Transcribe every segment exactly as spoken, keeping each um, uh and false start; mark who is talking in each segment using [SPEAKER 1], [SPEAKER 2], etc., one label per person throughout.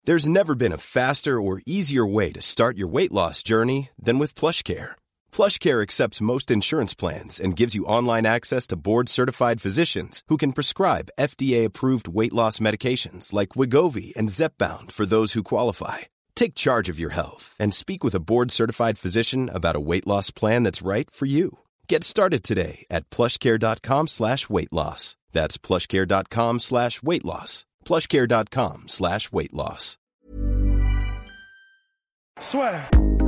[SPEAKER 1] There's never been a faster or easier way to start your weight loss journey than with PlushCare. PlushCare accepts most insurance plans and gives you online access to board-certified physicians who can prescribe F D A-approved weight loss medications like Wegovy and Zepbound for those who qualify. Take charge of your health and speak with a board-certified physician about a weight loss plan that's right for you. Get started today at plushcare.com slash weight loss. That's plushcare.com slash weight loss. plushcare.com slash weight loss.
[SPEAKER 2] Swear.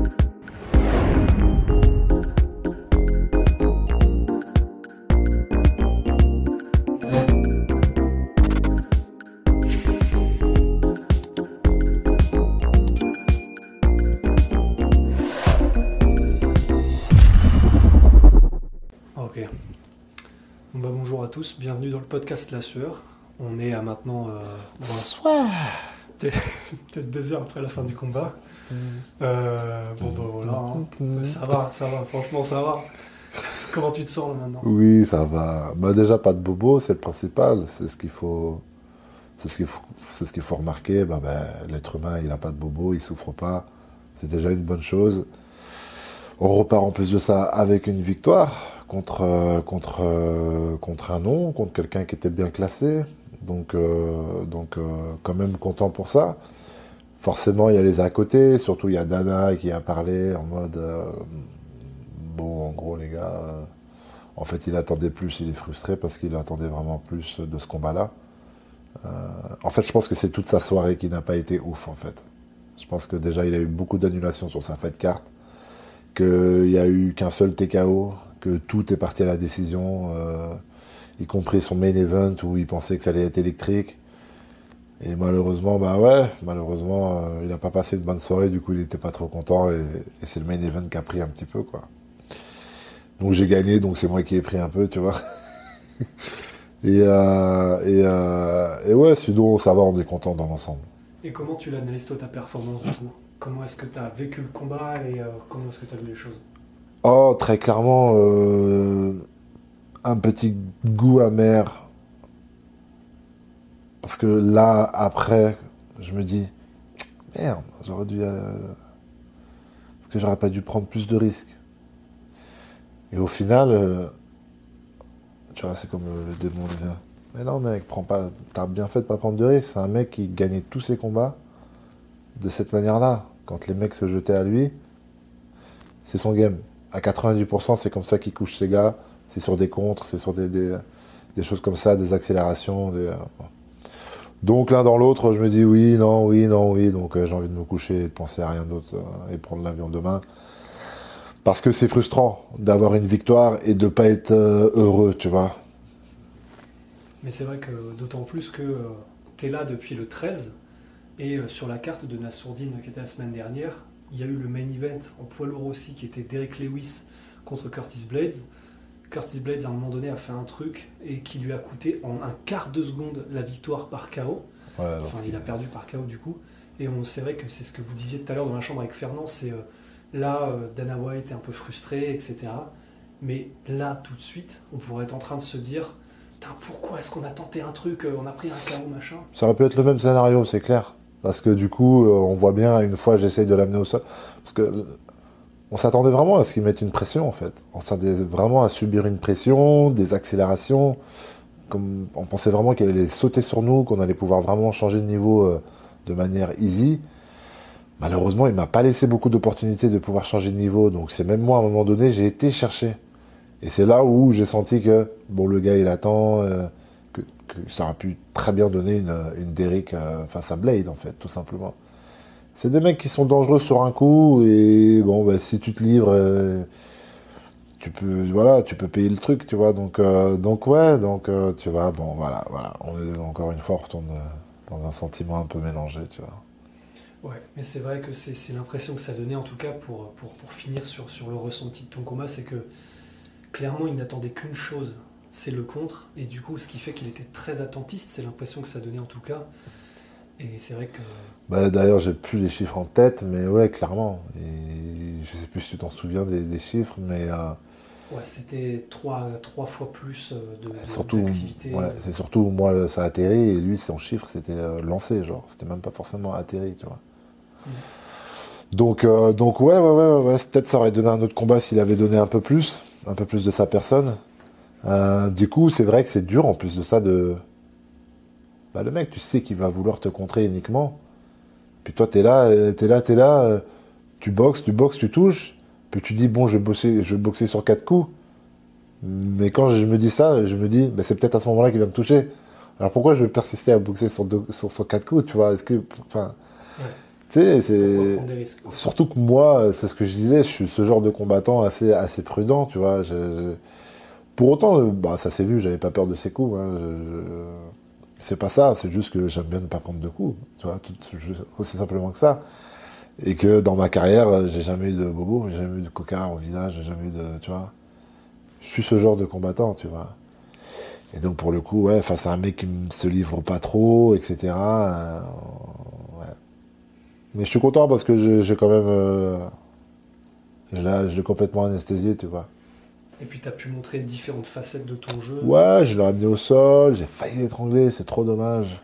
[SPEAKER 2] Ok. Bon bah bonjour à tous, bienvenue dans le podcast La Sueur. On est à maintenant euh,
[SPEAKER 3] Soit.
[SPEAKER 2] peut-être deux heures après la fin du combat. Mm. Euh, bon bah voilà, hein. ça va, ça va, franchement ça va. Comment tu te sens là maintenant ?
[SPEAKER 3] Oui, ça va. Bah déjà pas de bobo, c'est le principal. C'est ce qu'il faut, c'est ce qu'il faut, c'est ce qu'il faut remarquer. Bah, bah, l'être humain, il n'a pas de bobo, il souffre pas. C'est déjà une bonne chose. On repart en plus de ça avec une victoire contre euh, contre euh, contre un non, contre quelqu'un qui était bien classé. Donc, euh, donc euh, quand même content pour ça. Forcément, il y a les à côté, surtout il y a Dana qui a parlé en mode euh, bon, en gros, les gars, euh, en fait, il attendait plus, il est frustré parce qu'il attendait vraiment plus de ce combat-là. Euh, en fait, je pense que c'est toute sa soirée qui n'a pas été ouf, en fait. Je pense que déjà, il a eu beaucoup d'annulations sur sa fight card, qu'il n'y a eu qu'un seul T K O, que tout est parti à la décision. Euh, y compris son main event où il pensait que ça allait être électrique. Et malheureusement, bah ouais, malheureusement, euh, il n'a pas passé une bonne soirée, du coup il n'était pas trop content, et, et c'est le main event qui a pris un petit peu, quoi. Donc j'ai gagné, donc c'est moi qui ai pris un peu, tu vois. et, euh, et, euh, et ouais, sinon ça va, on est content dans l'ensemble.
[SPEAKER 2] Et comment tu l'analyses toi ta performance du coup ? Comment est-ce que tu as vécu le combat et euh, comment est-ce que tu as vu les choses ?
[SPEAKER 3] Oh, très clairement... Euh... un petit goût amer, parce que là, après, je me dis, merde, j'aurais dû... Euh... Est-ce que j'aurais pas dû prendre plus de risques ? Et au final, euh... tu vois, c'est comme le démon vient. Mais non, mec, prends pas... t'as bien fait de pas prendre de risques. C'est un mec qui gagnait tous ses combats de cette manière-là. Quand les mecs se jetaient à lui, c'est son game. À quatre-vingt-dix pour cent, c'est comme ça qu'il couche ses gars. C'est sur des contres, c'est sur des, des, des choses comme ça, des accélérations. Des, euh... Donc l'un dans l'autre, je me dis oui, non, oui, non, oui. Donc euh, j'ai envie de me coucher et de penser à rien d'autre euh, et prendre l'avion demain. Parce que c'est frustrant d'avoir une victoire et de ne pas être euh, heureux, tu vois.
[SPEAKER 2] Mais c'est vrai que d'autant plus que euh, tu es là depuis le treize et euh, sur la carte de Nassourdine qui était la semaine dernière, il y a eu le main event en poids lourd aussi qui était Derek Lewis contre Curtis Blades. Curtis Blades, à un moment donné, a fait un truc et qui lui a coûté en un quart de seconde la victoire par K O. Ouais, enfin, il a perdu par K O du coup. Et on, c'est vrai que c'est ce que vous disiez tout à l'heure dans la chambre avec Fernand, c'est euh, là, euh, Dana White est un peu frustré, et cetera. Mais là, tout de suite, on pourrait être en train de se dire putain, pourquoi est-ce qu'on a tenté un truc, euh, on a pris un K O, machin.
[SPEAKER 3] Ça aurait pu être le même scénario, c'est clair. Parce que du coup, euh, on voit bien, une fois, j'essaye de l'amener au sol. Parce que... on s'attendait vraiment à ce qu'ils mettent une pression, en fait. On s'attendait vraiment à subir une pression, des accélérations. Comme on pensait vraiment qu'elle allait sauter sur nous, qu'on allait pouvoir vraiment changer de niveau euh, de manière easy. Malheureusement, il ne m'a pas laissé beaucoup d'opportunités de pouvoir changer de niveau. Donc c'est même moi, à un moment donné, j'ai été chercher. Et c'est là où j'ai senti que, bon, le gars, il attend, euh, que, que ça aurait pu très bien donner une, une Derrick euh, face à Blade, en fait, tout simplement. C'est des mecs qui sont dangereux sur un coup, et bon, bah, si tu te livres, euh, tu peux, voilà, tu peux payer le truc, tu vois. Donc, euh, donc ouais, donc euh, tu vois, bon, voilà, voilà. On est encore une fois, on retourne dans un sentiment un peu mélangé, tu vois.
[SPEAKER 2] Ouais, mais c'est vrai que c'est, c'est l'impression que ça donnait, en tout cas, pour, pour, pour finir sur, sur le ressenti de ton combat, c'est que clairement, il n'attendait qu'une chose, c'est le contre, et du coup, ce qui fait qu'il était très attentiste, c'est l'impression que ça donnait en tout cas. Et c'est vrai que...
[SPEAKER 3] Bah, d'ailleurs, j'ai plus les chiffres en tête, mais ouais, clairement. Et je sais plus si tu t'en souviens des, des chiffres, mais euh,
[SPEAKER 2] Ouais, c'était trois, trois fois plus euh, de, de-
[SPEAKER 3] Surtout,
[SPEAKER 2] d'activité.
[SPEAKER 3] ouais, c'est surtout moi ça a atterri et lui son chiffre c'était euh, lancé, genre c'était même pas forcément atterri, tu vois.
[SPEAKER 2] Mhm.
[SPEAKER 3] Donc, euh, donc ouais, ouais, ouais, ouais, peut-être ça aurait donné un autre combat s'il avait donné un peu plus, un peu plus de sa personne. Euh, du coup, c'est vrai que c'est dur en plus de ça de. Bah, le mec, tu sais qu'il va vouloir te contrer uniquement. Puis toi, t'es là, euh, t'es là, t'es là, euh, tu boxes, tu boxes, tu touches. Puis tu dis, bon, je vais bosser, je vais boxer sur quatre coups. Mais quand je me dis ça, je me dis, bah, c'est peut-être à ce moment-là qu'il va me toucher. Alors pourquoi je vais persister à boxer sur, deux, sur, sur quatre coups, tu vois? Est-ce que. Enfin.
[SPEAKER 2] Ouais.
[SPEAKER 3] Tu sais,
[SPEAKER 2] Pourquoi
[SPEAKER 3] c'est.
[SPEAKER 2] prendre des risques, quoi.
[SPEAKER 3] Surtout que moi, c'est ce que je disais, je suis ce genre de combattant assez, assez prudent, tu vois. Je- je- Pour autant, euh, bah, ça s'est vu, j'avais pas peur de ses coups. Hein. Je- je- C'est pas ça, c'est juste que j'aime bien ne pas prendre de coups, tu vois, tout, juste- aussi simplement que ça. Et que dans ma carrière, euh, j'ai jamais eu de bobo, j'ai jamais eu de coca au visage, j'ai jamais eu de, tu vois. Je suis ce genre de combattant, tu vois. Et donc pour le coup, ouais, face à un mec qui ne se livre pas trop, et cetera. euh, ouais. Mais je suis content parce que j'ai j'ai quand même, euh, je l'ai je l'ai complètement anesthésié, tu vois.
[SPEAKER 2] Et puis tu as pu montrer différentes facettes de ton jeu.
[SPEAKER 3] Ouais, je l'ai ramené au sol, j'ai failli l'étrangler, c'est trop dommage.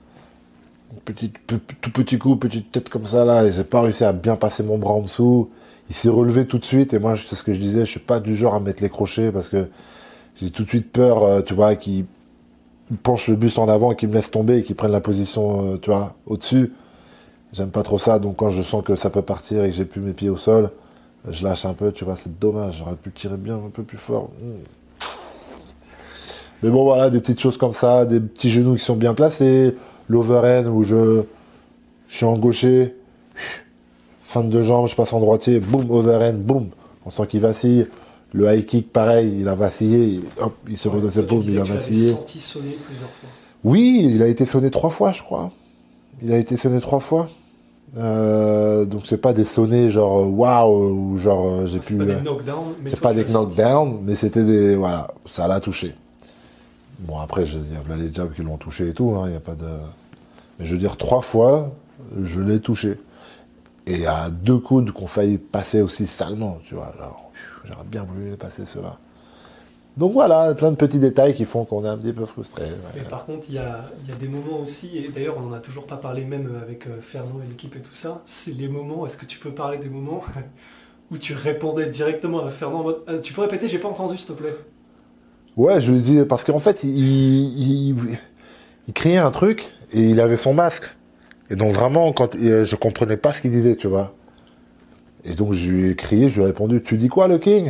[SPEAKER 3] Petit, pe- tout petit coup, petite tête comme ça là, et j'ai pas réussi à bien passer mon bras en dessous. Il s'est relevé tout de suite, et moi, c'est ce que je disais, je suis pas du genre à mettre les crochets parce que j'ai tout de suite peur, euh, tu vois, qu'il penche le buste en avant et qu'il me laisse tomber et qu'il prenne la position, euh, tu vois, au-dessus. J'aime pas trop ça, donc quand je sens que ça peut partir et que j'ai plus mes pieds au sol, je lâche un peu, tu vois, c'est dommage, j'aurais pu tirer bien un peu plus fort. Mm. Mais bon, voilà, des petites choses comme ça, des petits genoux qui sont bien placés, l'overhand où je, je suis en gaucher, fin de deux jambes, je passe en droitier, boum, overhand, boum, on sent qu'il vacille. Le high kick, pareil, il a vacillé, il- hop, il se
[SPEAKER 2] Ouais,
[SPEAKER 3] redressait,
[SPEAKER 2] toi, tu
[SPEAKER 3] boum,
[SPEAKER 2] disais
[SPEAKER 3] il a
[SPEAKER 2] que tu l'avais
[SPEAKER 3] vacillé.
[SPEAKER 2] senti sonner plusieurs fois.
[SPEAKER 3] Oui, il a été sonné trois fois, je crois. Il a été sonné trois fois. Euh, donc c'est pas des sonnés genre euh, waouh ou genre euh, j'ai
[SPEAKER 2] Ouais,
[SPEAKER 3] pu.
[SPEAKER 2] c'est pas
[SPEAKER 3] euh,
[SPEAKER 2] des knockdowns, mais
[SPEAKER 3] c'est
[SPEAKER 2] toi,
[SPEAKER 3] pas
[SPEAKER 2] tu
[SPEAKER 3] des
[SPEAKER 2] l'as senti
[SPEAKER 3] knockdowns, mais c'était des voilà, ça l'a touché. Bon après, je- il y a là les jabs qui l'ont touché et tout, hein, il y a pas de. Mais je veux dire trois fois, je l'ai touché. Et il y a deux coudes qu'on failli passer aussi salement, tu vois. Alors, j'aurais bien voulu les passer ceux-là. Donc voilà, plein de petits détails qui font qu'on est un petit peu frustré.
[SPEAKER 2] Mais par contre, il y a, il y a des moments aussi, et d'ailleurs on n'en a toujours pas parlé même avec euh, Fernand et l'équipe et tout ça, c'est les moments, est-ce que tu peux parler des moments où tu répondais directement à Fernand en mode euh, tu peux répéter, j'ai pas entendu s'il te plaît.
[SPEAKER 3] Ouais, je lui dis, parce qu'en fait, il, il, il criait un truc et il avait son masque. Et donc vraiment, quand et je comprenais pas ce qu'il disait, tu vois. Et donc je lui ai crié, je lui ai répondu, tu dis quoi le King?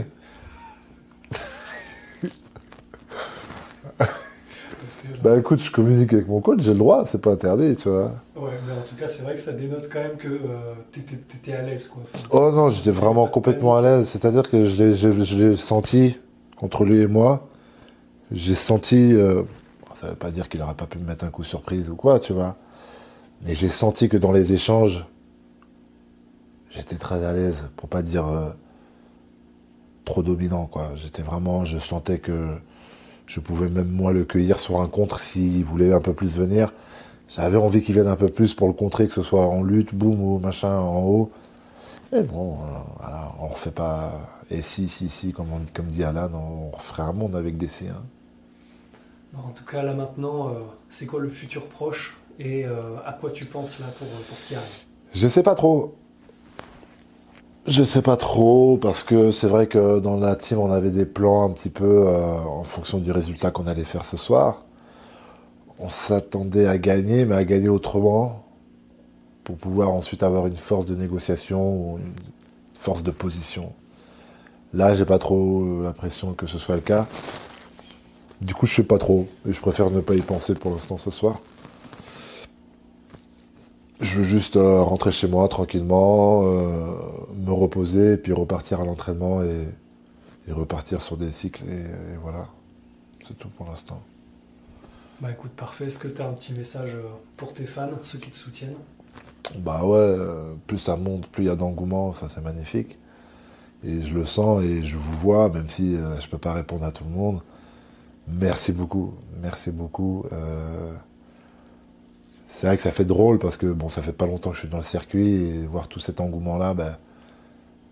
[SPEAKER 3] Bah écoute, je communique avec mon coach, j'ai le droit, c'est pas interdit, tu vois.
[SPEAKER 2] Ouais, mais en tout cas, c'est vrai que ça dénote quand même que euh, t'étais, t'étais à l'aise, quoi. Enfin,
[SPEAKER 3] Oh non, j'étais vraiment
[SPEAKER 2] pas de
[SPEAKER 3] complètement à
[SPEAKER 2] panique.
[SPEAKER 3] l'aise. C'est-à-dire que je l'ai, je, je l'ai senti entre lui et moi. J'ai senti. Euh, ça veut pas dire qu'il aurait pas pu me mettre un coup surprise ou quoi, tu vois. Mais j'ai senti que dans les échanges, j'étais très à l'aise, pour pas dire euh, trop dominant, quoi. J'étais vraiment, je sentais que je pouvais même moi le cueillir sur un contre s'il voulait un peu plus venir. J'avais envie qu'il vienne un peu plus pour le contrer, que ce soit en lutte, boum, ou machin, en haut. Et bon, euh, voilà, on refait pas. Et si, si, si, comme, on, comme dit Alan, on referait un monde avec des C. Hein.
[SPEAKER 2] Bon, en tout cas, là maintenant, euh, c'est quoi le futur proche et euh, à quoi tu penses là pour, pour ce qui arrive?
[SPEAKER 3] Je sais pas trop. Je sais pas trop, parce que c'est vrai que dans la team, on avait des plans un petit peu euh, en fonction du résultat qu'on allait faire ce soir. On s'attendait à gagner, mais à gagner autrement, pour pouvoir ensuite avoir une force de négociation ou une force de position. Là, j'ai pas trop l'impression que ce soit le cas. Du coup, je sais pas trop, et je préfère ne pas y penser pour l'instant ce soir. Je veux juste euh, rentrer chez moi tranquillement, euh, me reposer, et puis repartir à l'entraînement et, et repartir sur des cycles, et, et voilà. C'est tout pour l'instant.
[SPEAKER 2] Bah écoute, parfait. Est-ce que tu as un petit message euh, pour tes fans, ceux qui te soutiennent?
[SPEAKER 3] Bah ouais, euh, plus ça monte, plus il y a d'engouement, ça c'est magnifique. Et je le sens et je vous vois, même si euh, je peux pas répondre à tout le monde. Merci beaucoup, merci beaucoup. Euh, c'est vrai que ça fait drôle parce que bon, ça fait pas longtemps que je suis dans le circuit et voir tout cet engouement-là, ben,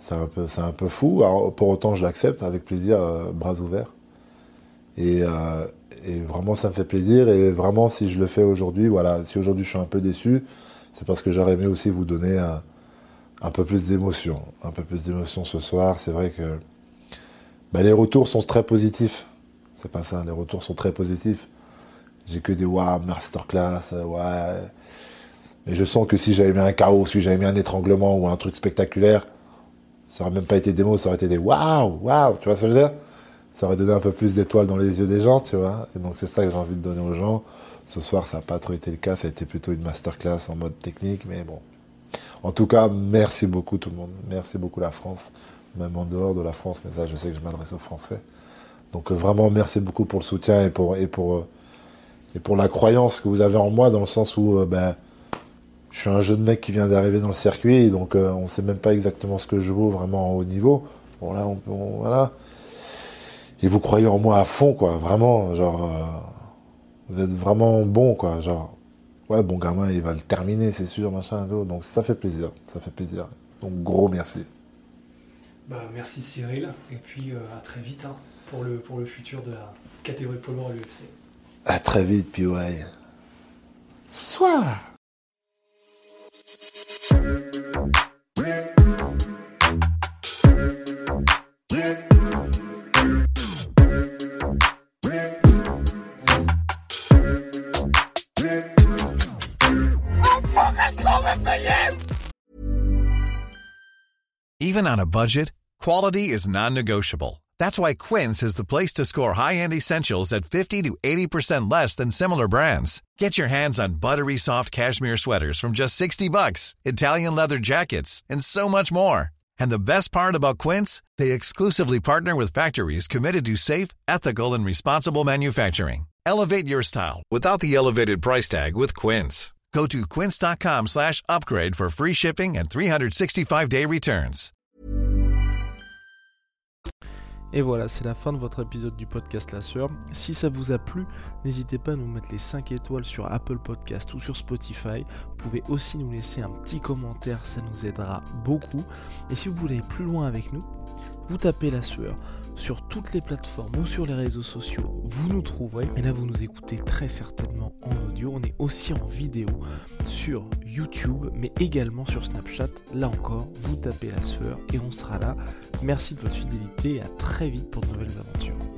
[SPEAKER 3] C'est un peu, c'est un peu fou. Alors, pour autant, je l'accepte avec plaisir, euh, bras ouverts. Et, euh, et vraiment, ça me fait plaisir. Et vraiment, si je le fais aujourd'hui, voilà, si aujourd'hui je suis un peu déçu, c'est parce que j'aurais aimé aussi vous donner un, un peu plus d'émotion. Un peu plus d'émotion ce soir. C'est vrai que bah, les retours sont très positifs. C'est pas ça, les retours sont très positifs. J'ai que des waouh, masterclass, ouais. Mais je sens que si j'avais mis un K O, si j'avais mis un étranglement ou un truc spectaculaire, ça aurait même pas été des mots, ça aurait été des waouh, waouh, tu vois ce que je veux dire? Ça aurait donné un peu plus d'étoiles dans les yeux des gens, tu vois. Et donc c'est ça que j'ai envie de donner aux gens. Ce soir, ça n'a pas trop été le cas, ça a été plutôt une masterclass en mode technique, mais bon. En tout cas, merci beaucoup tout le monde. Merci beaucoup la France, même en dehors de la France, mais ça, je sais que je m'adresse aux Français. Donc euh, vraiment, merci beaucoup pour le soutien et pour, et pour, euh, et pour la croyance que vous avez en moi, dans le sens où euh, ben, je suis un jeune mec qui vient d'arriver dans le circuit, donc euh, on ne sait même pas exactement ce que je vaux vraiment en haut niveau. Bon là, on, on, voilà. Et vous croyez en moi à fond, quoi, vraiment, genre, euh, vous êtes vraiment bon, quoi, genre, ouais, bon gamin, il va le terminer, c'est sûr, machin, donc ça fait plaisir, ça fait plaisir. Donc gros merci.
[SPEAKER 2] Bah, merci Cyril, et puis euh, à très vite hein, pour, le, pour le futur de la catégorie poids lourd à l'U F C.
[SPEAKER 3] À très vite, puis ouais. Soir.
[SPEAKER 4] Even on a budget, quality is non-negotiable. That's why Quince is the place to score high-end essentials at fifty to eighty percent less than similar brands. Get your hands on buttery soft cashmere sweaters from just sixty bucks, Italian leather jackets, and so much more. And the best part about Quince, they exclusively partner with factories committed to safe, ethical, and responsible manufacturing. Elevate your style without the elevated price tag with Quince. Go to quince.com slash upgrade for free shipping and three sixty-five day returns.
[SPEAKER 5] Et voilà, c'est la fin de votre épisode du podcast La Sueur. Si ça vous a plu, n'hésitez pas à nous mettre les cinq étoiles sur Apple Podcast ou sur Spotify. Vous pouvez aussi nous laisser un petit commentaire, ça nous aidera beaucoup. Et si vous voulez aller plus loin avec nous, vous tapez La Sueur sur toutes les plateformes ou sur les réseaux sociaux, vous nous trouverez. Et là, vous nous écoutez très certainement en audio. On est aussi en vidéo sur YouTube, mais également sur Snapchat. Là encore, vous tapez La Sueur et on sera là. Merci de votre fidélité et à très vite pour de nouvelles aventures.